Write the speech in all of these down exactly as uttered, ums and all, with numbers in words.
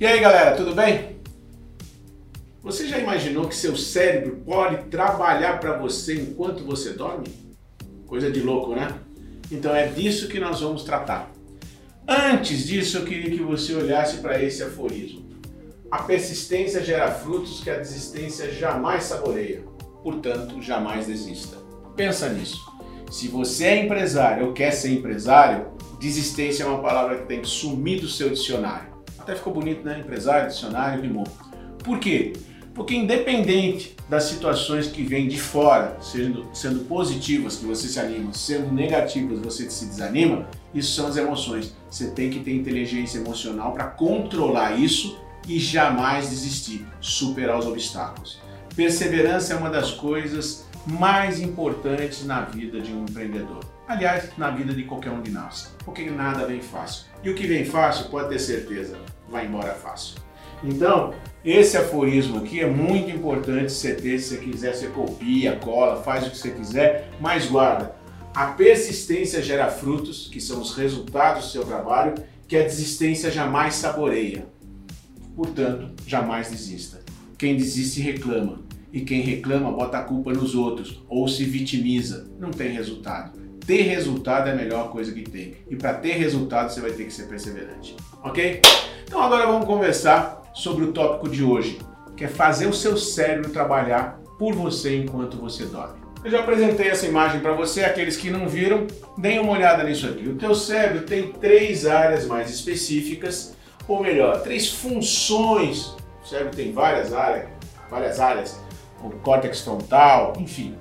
E aí galera, tudo bem? Você já imaginou que seu cérebro pode trabalhar para você enquanto você dorme? Coisa de louco, né? Então é disso que nós vamos tratar. Antes disso, eu queria que você olhasse para esse aforismo. A persistência gera frutos que a desistência jamais saboreia. Portanto, jamais desista. Pensa nisso. Se você é empresário ou quer ser empresário, desistência é uma palavra que tem que sumir do seu dicionário. Até ficou bonito, né? Empresário, dicionário, rimou. Por quê? Porque independente das situações que vêm de fora, sendo, sendo positivas, que você se anima, sendo negativas, você se desanima, isso são as emoções. Você tem que ter inteligência emocional para controlar isso e jamais desistir, superar os obstáculos. Perseverança é uma das coisas mais importantes na vida de um empreendedor. Aliás, na vida de qualquer um de nós, porque nada vem fácil. E o que vem fácil, pode ter certeza, vai embora fácil. Então, esse aforismo aqui é muito importante você ter. Se você quiser, você copia, cola, faz o que você quiser, mas guarda. A persistência gera frutos, que são os resultados do seu trabalho, que a desistência jamais saboreia. Portanto, jamais desista. Quem desiste reclama, e quem reclama bota a culpa nos outros, ou se vitimiza. Não tem resultado. Ter resultado é a melhor coisa que tem. E para ter resultado, você vai ter que ser perseverante. Ok? Então agora vamos conversar sobre o tópico de hoje, que é fazer o seu cérebro trabalhar por você enquanto você dorme. Eu já apresentei essa imagem para você, aqueles que não viram, deem uma olhada nisso aqui. O teu cérebro tem três áreas mais específicas, ou melhor, três funções. O cérebro tem várias áreas, várias áreas, o córtex frontal, enfim.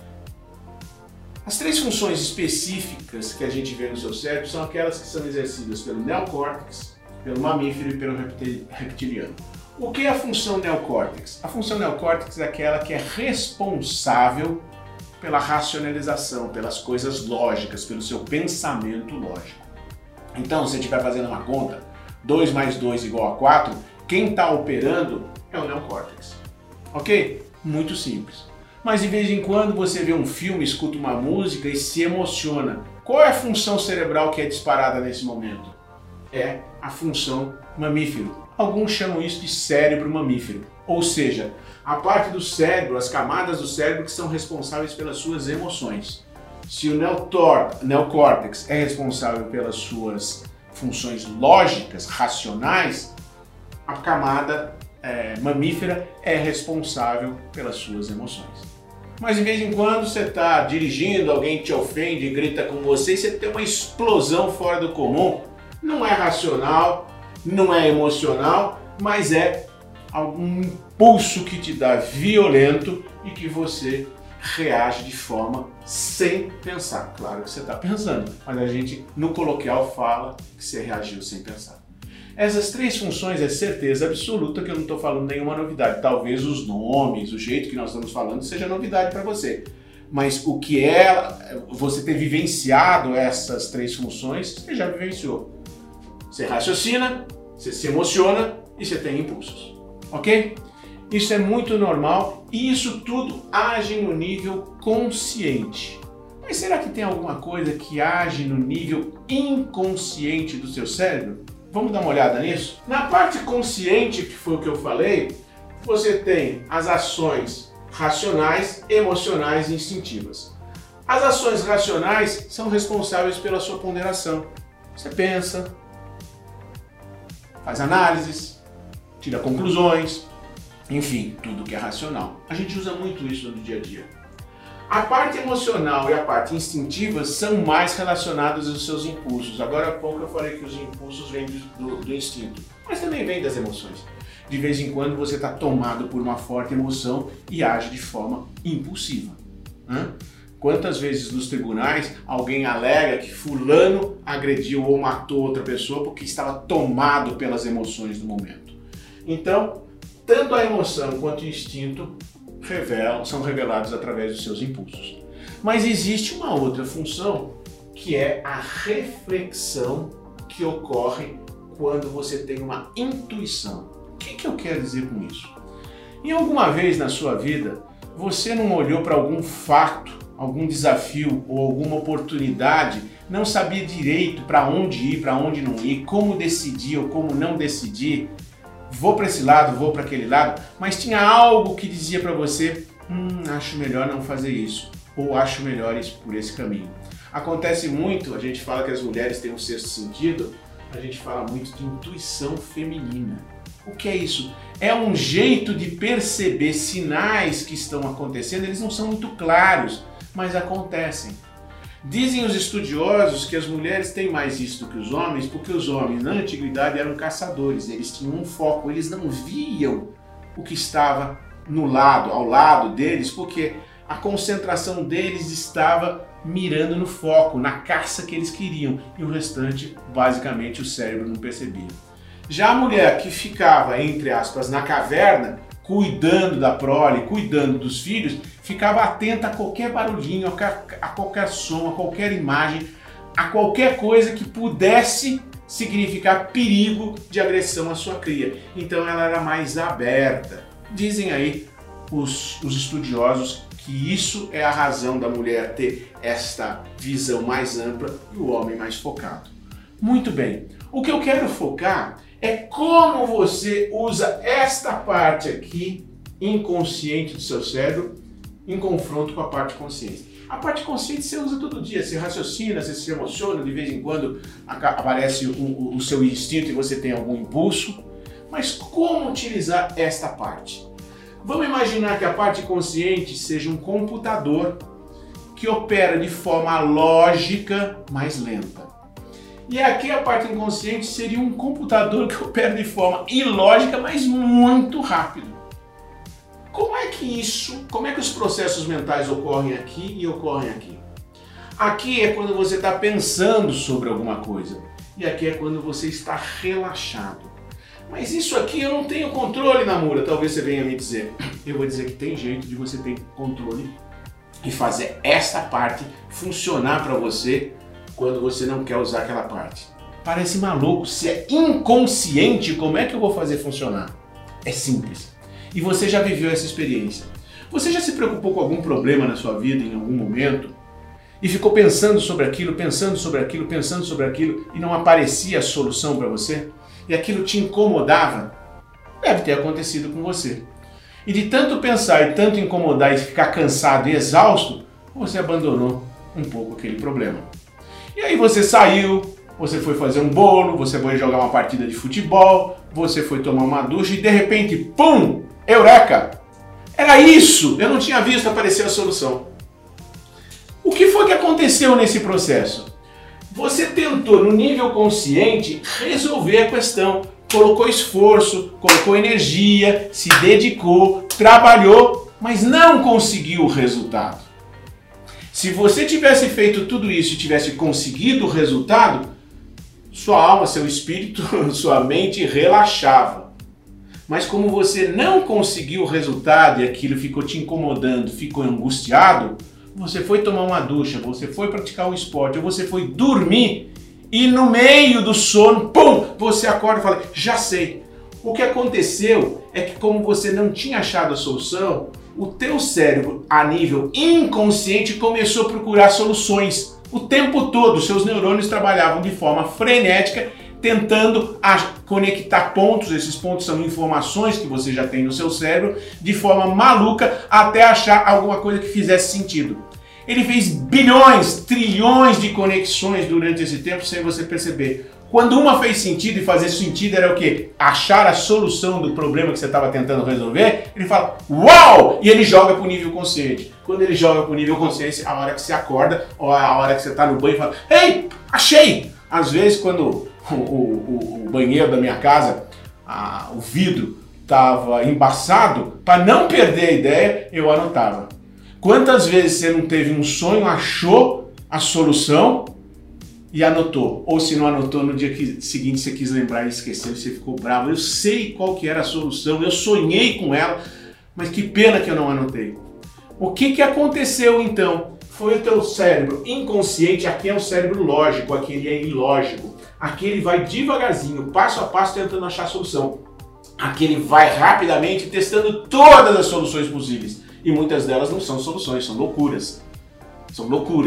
As três funções específicas que a gente vê no seu cérebro são aquelas que são exercidas pelo neocórtex, pelo mamífero e pelo reptiliano. O que é a função neocórtex? A função neocórtex é aquela que é responsável pela racionalização, pelas coisas lógicas, pelo seu pensamento lógico. Então, se você estiver fazendo uma conta, dois mais dois igual a quatro, quem está operando é o neocórtex. Ok? Muito simples. Mas de vez em quando você vê um filme, escuta uma música e se emociona. Qual é a função cerebral que é disparada nesse momento? É a função mamífero. Alguns chamam isso de cérebro mamífero. Ou seja, a parte do cérebro, as camadas do cérebro que são responsáveis pelas suas emoções. Se o neocórtex é responsável pelas suas funções lógicas, racionais, a camada é, mamífera é responsável pelas suas emoções. Mas de vez em quando você está dirigindo, alguém te ofende, grita com você e você tem uma explosão fora do comum. Não é racional, não é emocional, mas é algum impulso que te dá violento e que você reage de forma sem pensar. Claro que você está pensando, mas a gente no coloquial fala que você reagiu sem pensar. Essas três funções é certeza absoluta que eu não estou falando nenhuma novidade. Talvez os nomes, o jeito que nós estamos falando seja novidade para você. Mas o que é você ter vivenciado essas três funções, você já vivenciou. Você raciocina, você se emociona e você tem impulsos. Ok? Isso é muito normal e isso tudo age no nível consciente. Mas será que tem alguma coisa que age no nível inconsciente do seu cérebro? Vamos dar uma olhada nisso? Na parte consciente, que foi o que eu falei, você tem as ações racionais, emocionais e instintivas. As ações racionais são responsáveis pela sua ponderação. Você pensa, faz análises, tira conclusões, enfim, tudo que é racional. A gente usa muito isso no dia a dia. A parte emocional e a parte instintiva são mais relacionadas aos seus impulsos. Agora há pouco eu falei que os impulsos vêm do, do instinto, mas também vêm das emoções. De vez em quando você está tomado por uma forte emoção e age de forma impulsiva. Hã? Quantas vezes nos tribunais alguém alega que fulano agrediu ou matou outra pessoa porque estava tomado pelas emoções do momento? Então, tanto a emoção quanto o instinto revelam, são revelados através dos seus impulsos. Mas existe uma outra função que é a reflexão que ocorre quando você tem uma intuição. O que, que eu quero dizer com isso? Em alguma vez na sua vida, você não olhou para algum fato, algum desafio ou alguma oportunidade, não sabia direito para onde ir, para onde não ir, como decidir ou como não decidir, vou para esse lado, vou para aquele lado, mas tinha algo que dizia para você, hum, acho melhor não fazer isso, ou acho melhor ir por esse caminho. Acontece muito, a gente fala que as mulheres têm um sexto sentido, a gente fala muito de intuição feminina. O que é isso? É um jeito de perceber sinais que estão acontecendo, eles não são muito claros, mas acontecem. Dizem os estudiosos que as mulheres têm mais isso do que os homens, porque os homens na antiguidade eram caçadores, eles tinham um foco, eles não viam o que estava no lado, ao lado deles, porque a concentração deles estava mirando no foco, na caça que eles queriam, e o restante, basicamente, o cérebro não percebia. Já a mulher que ficava, entre aspas, na caverna, cuidando da prole, cuidando dos filhos, ficava atenta a qualquer barulhinho, a qualquer som, a qualquer imagem, a qualquer coisa que pudesse significar perigo de agressão à sua cria. Então ela era mais aberta. Dizem aí os, os estudiosos que isso é a razão da mulher ter esta visão mais ampla e o homem mais focado. Muito bem, o que eu quero focar é como você usa esta parte aqui inconsciente do seu cérebro em confronto com a parte consciente. A parte consciente você usa todo dia, você raciocina, você se emociona, de vez em quando aparece o, o seu instinto e você tem algum impulso, mas como utilizar esta parte? Vamos imaginar que a parte consciente seja um computador que opera de forma lógica, mais lenta. E aqui a parte inconsciente seria um computador que opera de forma ilógica, mas muito rápido. Como é que isso, como é que os processos mentais ocorrem aqui e ocorrem aqui? Aqui é quando você está pensando sobre alguma coisa e aqui é quando você está relaxado. Mas isso aqui eu não tenho controle, Namura, talvez você venha me dizer. Eu vou dizer que tem jeito de você ter controle e fazer essa parte funcionar para você quando você não quer usar aquela parte. Parece maluco, se é inconsciente, como é que eu vou fazer funcionar? É simples. E você já viveu essa experiência. Você já se preocupou com algum problema na sua vida em algum momento? E ficou pensando sobre aquilo, pensando sobre aquilo, pensando sobre aquilo e não aparecia a solução para você? E aquilo te incomodava? Deve ter acontecido com você. E de tanto pensar e tanto incomodar e ficar cansado e exausto, você abandonou um pouco aquele problema. E aí você saiu, você foi fazer um bolo, você foi jogar uma partida de futebol, você foi tomar uma ducha e de repente, pum! Eureka! Era isso! Eu não tinha visto aparecer a solução. O que foi que aconteceu nesse processo? Você tentou, no nível consciente, resolver a questão. Colocou esforço, colocou energia, se dedicou, trabalhou, mas não conseguiu o resultado. Se você tivesse feito tudo isso e tivesse conseguido o resultado, sua alma, seu espírito, sua mente relaxava. Mas como você não conseguiu o resultado e aquilo ficou te incomodando, ficou angustiado, você foi tomar uma ducha, você foi praticar um esporte, ou você foi dormir e no meio do sono, pum, você acorda e fala, já sei. O que aconteceu é que como você não tinha achado a solução, o teu cérebro, a nível inconsciente, começou a procurar soluções. O tempo todo, seus neurônios trabalhavam de forma frenética, tentando conectar pontos, esses pontos são informações que você já tem no seu cérebro, de forma maluca, até achar alguma coisa que fizesse sentido. Ele fez bilhões, trilhões de conexões durante esse tempo sem você perceber. Quando uma fez sentido e fazer sentido era o quê? Achar a solução do problema que você estava tentando resolver, ele fala, uau! E ele joga para o nível consciente. Quando ele joga para o nível consciente, a hora que você acorda, ou a hora que você está no banho, fala, ei, achei! Às vezes, quando o, o, o banheiro da minha casa, a, o vidro estava embaçado, para não perder a ideia, eu anotava. Quantas vezes você não teve um sonho, achou a solução e anotou? Ou se não anotou, no dia que, seguinte você quis lembrar e esqueceu e você ficou bravo. Eu sei qual que era a solução, eu sonhei com ela, mas que pena que eu não anotei. O que, que aconteceu então? Foi o teu cérebro inconsciente, aqui é o cérebro lógico, aqui ele é ilógico. Aqui ele vai devagarzinho, passo a passo, tentando achar a solução. Aqui ele vai rapidamente testando todas as soluções possíveis. E muitas delas não são soluções, são loucuras. São loucuras.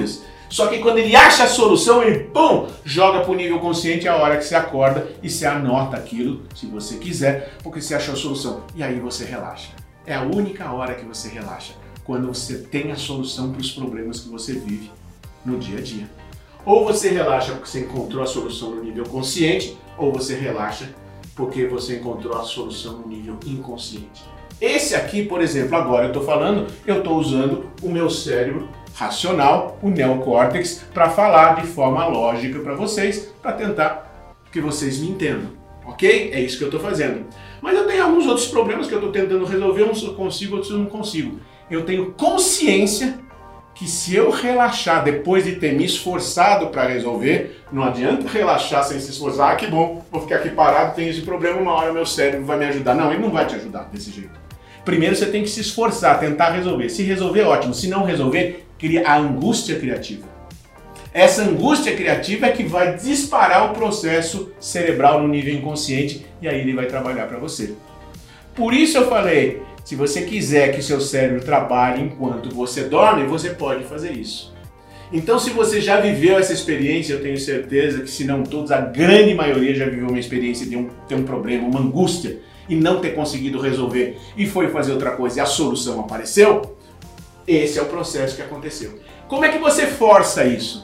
Só que quando ele acha a solução, ele pum, joga para o nível consciente a hora que você acorda e você anota aquilo, se você quiser, porque você achou a solução. E aí você relaxa. É a única hora que você relaxa, quando você tem a solução para os problemas que você vive no dia a dia. Ou você relaxa porque você encontrou a solução no nível consciente, ou você relaxa porque você encontrou a solução no nível inconsciente. Esse aqui, por exemplo, agora eu estou falando, eu estou usando o meu cérebro racional, o neocórtex, para falar de forma lógica para vocês, para tentar que vocês me entendam, ok? É isso que eu estou fazendo. Mas eu tenho alguns outros problemas que eu estou tentando resolver, uns eu consigo, outros eu não consigo. Eu tenho consciência que se eu relaxar depois de ter me esforçado para resolver, não adianta relaxar sem se esforçar, ah, que bom, vou ficar aqui parado, tenho esse problema, uma hora meu cérebro vai me ajudar. Não, ele não vai te ajudar desse jeito. Primeiro você tem que se esforçar, tentar resolver. Se resolver, ótimo. Se não resolver, cria a angústia criativa. Essa angústia criativa é que vai disparar o processo cerebral no nível inconsciente e aí ele vai trabalhar para você. Por isso eu falei, se você quiser que seu cérebro trabalhe enquanto você dorme, você pode fazer isso. Então, se você já viveu essa experiência, eu tenho certeza que, se não todos, a grande maioria já viveu uma experiência de um, ter um problema, uma angústia, e não ter conseguido resolver, e foi fazer outra coisa e a solução apareceu, esse é o processo que aconteceu. Como é que você força isso?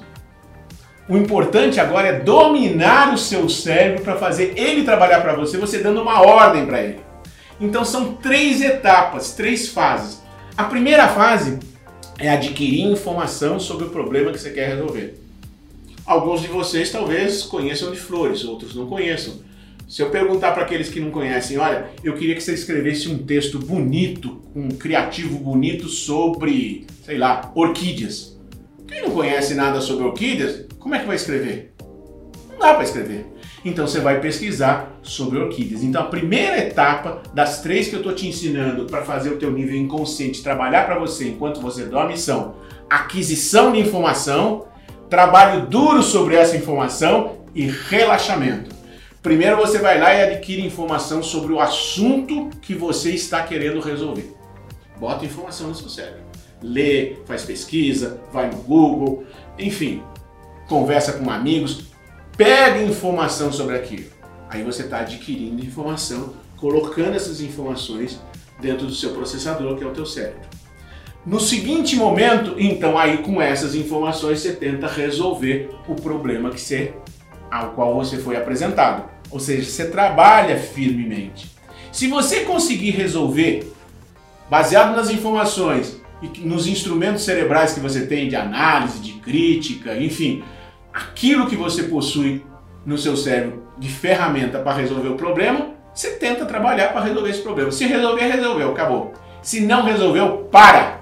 O importante agora é dominar o seu cérebro para fazer ele trabalhar para você, você dando uma ordem para ele. Então são três etapas, três fases. A primeira fase é adquirir informação sobre o problema que você quer resolver. Alguns de vocês talvez conheçam de flores, outros não conheçam. Se eu perguntar para aqueles que não conhecem, olha, eu queria que você escrevesse um texto bonito, um criativo bonito sobre, sei lá, orquídeas. Quem não conhece nada sobre orquídeas, como é que vai escrever? Não dá para escrever. Então você vai pesquisar sobre orquídeas. Então a primeira etapa das três que eu estou te ensinando para fazer o teu nível inconsciente trabalhar para você enquanto você dorme são aquisição de informação, trabalho duro sobre essa informação e relaxamento. Primeiro você vai lá e adquire informação sobre o assunto que você está querendo resolver. Bota informação no seu cérebro. Lê, faz pesquisa, vai no Google, enfim, conversa com amigos, pega informação sobre aquilo. Aí você está adquirindo informação, colocando essas informações dentro do seu processador, que é o teu cérebro. No seguinte momento, então, aí com essas informações você tenta resolver o problema que você, ao qual você foi apresentado. Ou seja, você trabalha firmemente. Se você conseguir resolver, baseado nas informações e nos instrumentos cerebrais que você tem de análise, de crítica, enfim, aquilo que você possui no seu cérebro de ferramenta para resolver o problema, você tenta trabalhar para resolver esse problema. Se resolver, resolveu, acabou. Se não resolveu, para!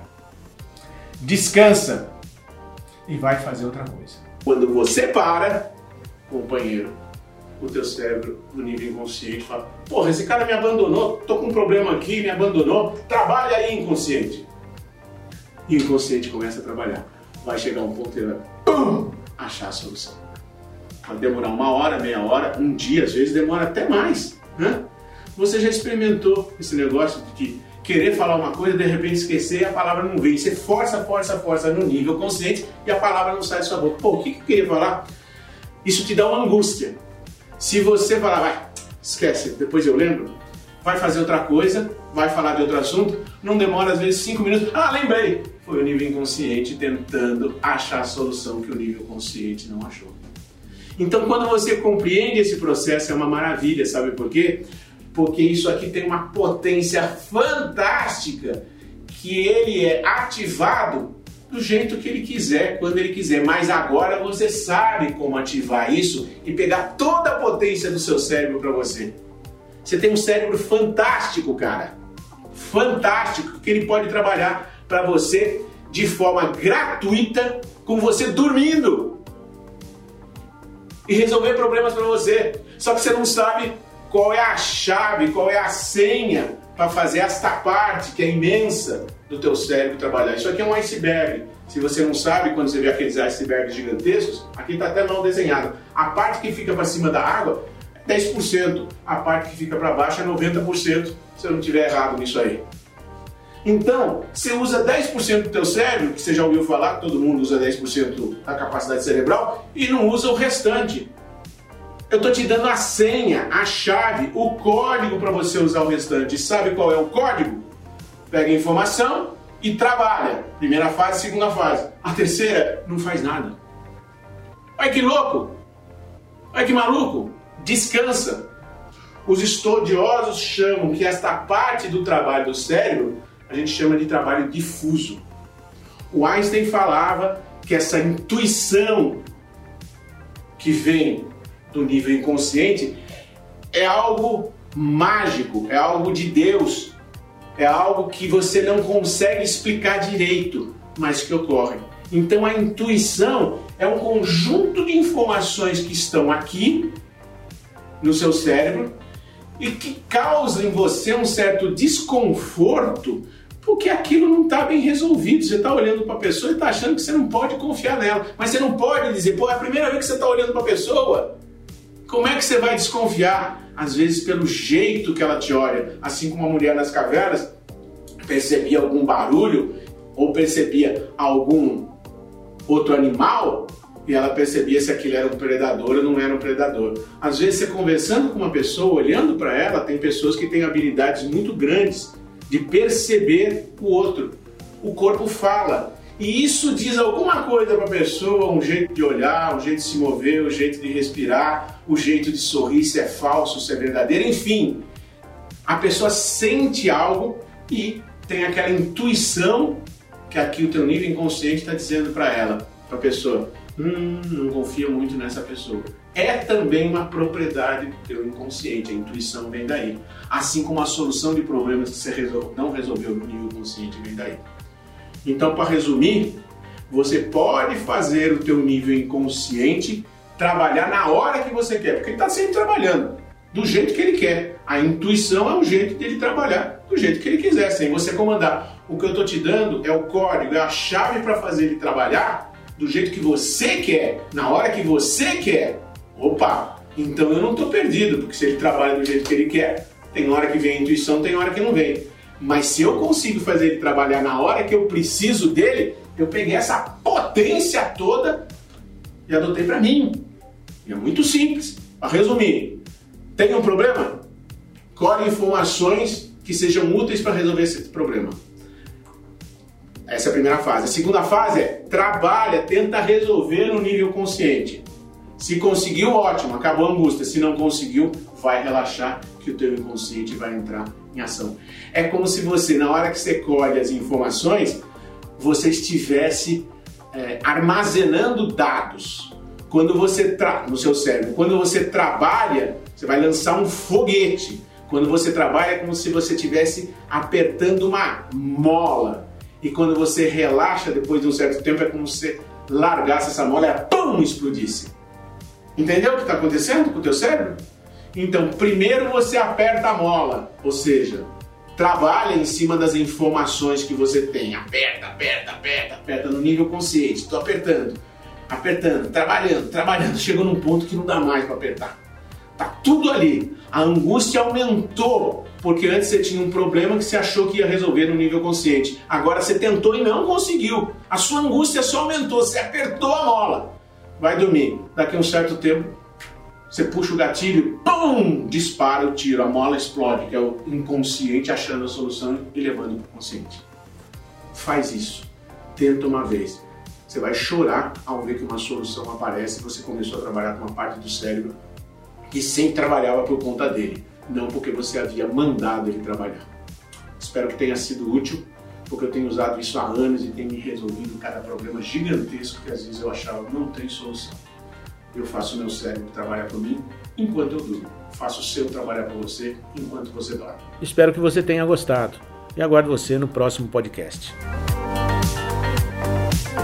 Descansa e vai fazer outra coisa. Quando você para, companheiro, o teu cérebro no nível inconsciente fala, porra, esse cara me abandonou, tô com um problema aqui, me abandonou, trabalha aí, inconsciente. E o inconsciente começa a trabalhar. Vai chegar um ponto que ele vai pum, achar a solução. Pode demorar uma hora, meia hora, um dia, às vezes demora até mais. Né? Você já experimentou esse negócio de querer falar uma coisa, de repente esquecer e a palavra não vem. Você força, força, força no nível consciente e a palavra não sai da sua boca. Pô, o que eu queria falar? Isso te dá uma angústia. Se você falar, vai, esquece, depois eu lembro, vai fazer outra coisa, vai falar de outro assunto, não demora às vezes cinco minutos, ah, lembrei! Foi o nível inconsciente tentando achar a solução que o nível consciente não achou. Então quando você compreende esse processo é uma maravilha, sabe por quê? Porque isso aqui tem uma potência fantástica que ele é ativado do jeito que ele quiser, quando ele quiser. Mas agora você sabe como ativar isso e pegar toda a potência do seu cérebro para você. Você tem um cérebro fantástico, cara. Fantástico, que ele pode trabalhar para você de forma gratuita, com você dormindo. E resolver problemas para você. Só que você não sabe qual é a chave, qual é a senha para fazer esta parte que é imensa do teu cérebro trabalhar. Isso aqui é um iceberg. Se você não sabe, quando você vê aqueles icebergs gigantescos, aqui está até mal desenhado. A parte que fica para cima da água é dez por cento. A parte que fica para baixo é noventa por cento, se eu não estiver errado nisso aí. Então, você usa dez por cento do teu cérebro, que você já ouviu falar, que todo mundo usa dez por cento da capacidade cerebral, e não usa o restante. Eu estou te dando a senha, a chave, o código para você usar o restante. Sabe qual é o código? Pega a informação e trabalha. Primeira fase, segunda fase. A terceira, não faz nada. Olha que louco! Olha que maluco! Descansa. Os estudiosos chamam que esta parte do trabalho do cérebro, a gente chama de trabalho difuso. O Einstein falava que essa intuição que vem do nível inconsciente é algo mágico, é algo de Deus, é algo que você não consegue explicar direito, mas que ocorre. Então a intuição é um conjunto de informações que estão aqui no seu cérebro e que causam em você um certo desconforto porque aquilo não está bem resolvido. Você está olhando para a pessoa e está achando que você não pode confiar nela, mas você não pode dizer, pô, é a primeira vez que você está olhando para a pessoa. Como é que você vai desconfiar? Às vezes pelo jeito que ela te olha, assim como a mulher nas cavernas percebia algum barulho ou percebia algum outro animal e ela percebia se aquilo era um predador ou não era um predador. Às vezes você conversando com uma pessoa, olhando para ela, tem pessoas que têm habilidades muito grandes de perceber o outro. O corpo fala. E isso diz alguma coisa para a pessoa, um jeito de olhar, um jeito de se mover, um jeito de respirar, o jeito de sorrir, se é falso, se é verdadeiro, enfim. A pessoa sente algo e tem aquela intuição que aqui o teu nível inconsciente está dizendo para ela, para a pessoa, hum, não confia muito nessa pessoa. É também uma propriedade do teu inconsciente, a intuição vem daí. Assim como a solução de problemas que você resol- não resolveu no nível consciente vem daí. Então, para resumir, você pode fazer o teu nível inconsciente trabalhar na hora que você quer, porque ele está sempre trabalhando, do jeito que ele quer. A intuição é um jeito dele trabalhar do jeito que ele quiser, sem você comandar. O que eu estou te dando é o código, é a chave para fazer ele trabalhar do jeito que você quer, na hora que você quer. Opa, então eu não estou perdido, porque se ele trabalha do jeito que ele quer, tem hora que vem a intuição, tem hora que não vem. Mas se eu consigo fazer ele trabalhar na hora que eu preciso dele, eu peguei essa potência toda e adotei para mim. E é muito simples. Para resumir, tem um problema? Colhe informações que sejam úteis para resolver esse problema. Essa é a primeira fase. A segunda fase é trabalha, tenta resolver no nível consciente. Se conseguiu, ótimo, acabou a angústia. Se não conseguiu, vai relaxar que o teu inconsciente vai entrar em ação. É como se você, na hora que você colhe as informações, você estivesse é, armazenando dados. Quando você tra... no seu cérebro, quando você trabalha, você vai lançar um foguete. Quando você trabalha é como se você estivesse apertando uma mola. E quando você relaxa depois de um certo tempo, é como se você largasse essa mola e ela, pum, explodisse. Entendeu o que está acontecendo com o teu cérebro? Então, primeiro você aperta a mola, ou seja, trabalha em cima das informações que você tem. Aperta, aperta, aperta, aperta no nível consciente. Estou apertando, apertando, trabalhando, trabalhando. Chegou num ponto que não dá mais para apertar. Tá tudo ali. A angústia aumentou, porque antes você tinha um problema que você achou que ia resolver no nível consciente. Agora você tentou e não conseguiu. A sua angústia só aumentou, você apertou a mola. Vai dormir. Daqui a um certo tempo, você puxa o gatilho, pum, dispara o tiro, a mola explode, que é o inconsciente achando a solução e levando para o consciente. Faz isso. Tenta uma vez. Você vai chorar ao ver que uma solução aparece e você começou a trabalhar com uma parte do cérebro que sempre trabalhava por conta dele, não porque você havia mandado ele trabalhar. Espero que tenha sido útil, porque eu tenho usado isso há anos e tem me resolvido cada problema gigantesco que às vezes eu achava que não tem solução. Eu faço o meu cérebro trabalhar por mim enquanto eu durmo. Faço o seu trabalhar por você enquanto você dorme. Espero que você tenha gostado e aguardo você no próximo podcast.